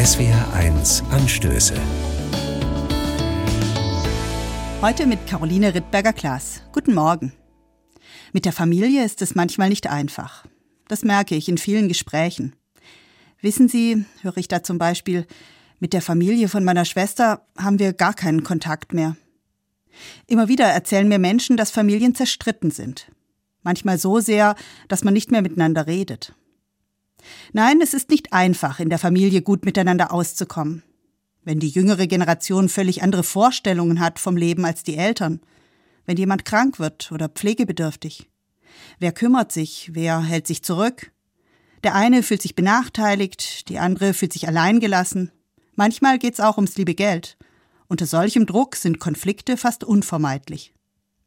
SWR1 Anstöße. Heute mit Caroline Rittberger-Klaas. Guten Morgen. Mit der Familie ist es manchmal nicht einfach. Das merke ich in vielen Gesprächen. Wissen Sie, höre ich da zum Beispiel, mit der Familie von meiner Schwester haben wir gar keinen Kontakt mehr. Immer wieder erzählen mir Menschen, dass Familien zerstritten sind. Manchmal so sehr, dass man nicht mehr miteinander redet. Nein, es ist nicht einfach, in der Familie gut miteinander auszukommen. Wenn die jüngere Generation völlig andere Vorstellungen hat vom Leben als die Eltern. Wenn jemand krank wird oder pflegebedürftig. Wer kümmert sich, wer hält sich zurück? Der eine fühlt sich benachteiligt, die andere fühlt sich alleingelassen. Manchmal geht's auch ums liebe Geld. Unter solchem Druck sind Konflikte fast unvermeidlich.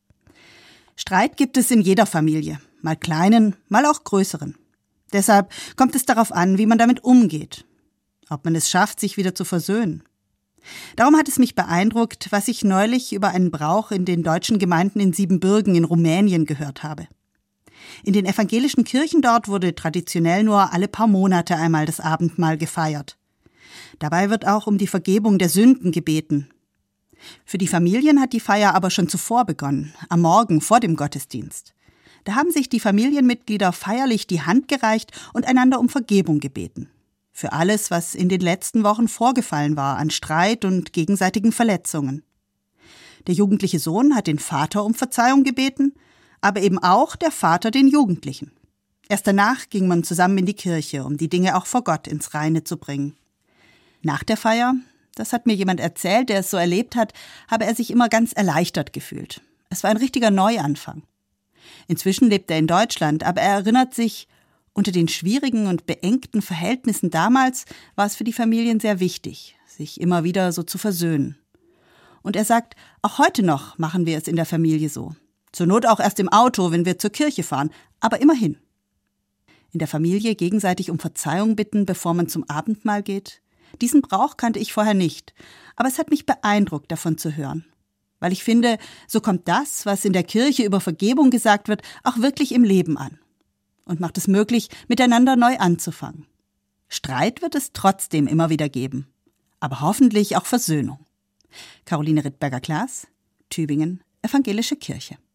Streit gibt es in jeder Familie, mal kleinen, mal auch größeren. Deshalb kommt es darauf an, wie man damit umgeht. Ob man es schafft, sich wieder zu versöhnen. Darum hat es mich beeindruckt, was ich neulich über einen Brauch in den deutschen Gemeinden in Siebenbürgen in Rumänien gehört habe. In den evangelischen Kirchen dort wurde traditionell nur alle paar Monate einmal das Abendmahl gefeiert. Dabei wird auch um die Vergebung der Sünden gebeten. Für die Familien hat die Feier aber schon zuvor begonnen, am Morgen vor dem Gottesdienst. Da haben sich die Familienmitglieder feierlich die Hand gereicht und einander um Vergebung gebeten. Für alles, was in den letzten Wochen vorgefallen war an Streit und gegenseitigen Verletzungen. Der jugendliche Sohn hat den Vater um Verzeihung gebeten, aber eben auch der Vater den Jugendlichen. Erst danach ging man zusammen in die Kirche, um die Dinge auch vor Gott ins Reine zu bringen. Nach der Feier, das hat mir jemand erzählt, der es so erlebt hat, habe er sich immer ganz erleichtert gefühlt. Es war ein richtiger Neuanfang. Inzwischen lebt er in Deutschland, aber er erinnert sich, unter den schwierigen und beengten Verhältnissen damals war es für die Familien sehr wichtig, sich immer wieder so zu versöhnen. Und er sagt, auch heute noch machen wir es in der Familie so. Zur Not auch erst im Auto, wenn wir zur Kirche fahren, aber immerhin. In der Familie gegenseitig um Verzeihung bitten, bevor man zum Abendmahl geht. Diesen Brauch kannte ich vorher nicht, aber es hat mich beeindruckt, davon zu hören. Weil ich finde, so kommt das, was in der Kirche über Vergebung gesagt wird, auch wirklich im Leben an. Und macht es möglich, miteinander neu anzufangen. Streit wird es trotzdem immer wieder geben, aber hoffentlich auch Versöhnung. Caroline Rittberger-Klaas, Tübingen, Evangelische Kirche.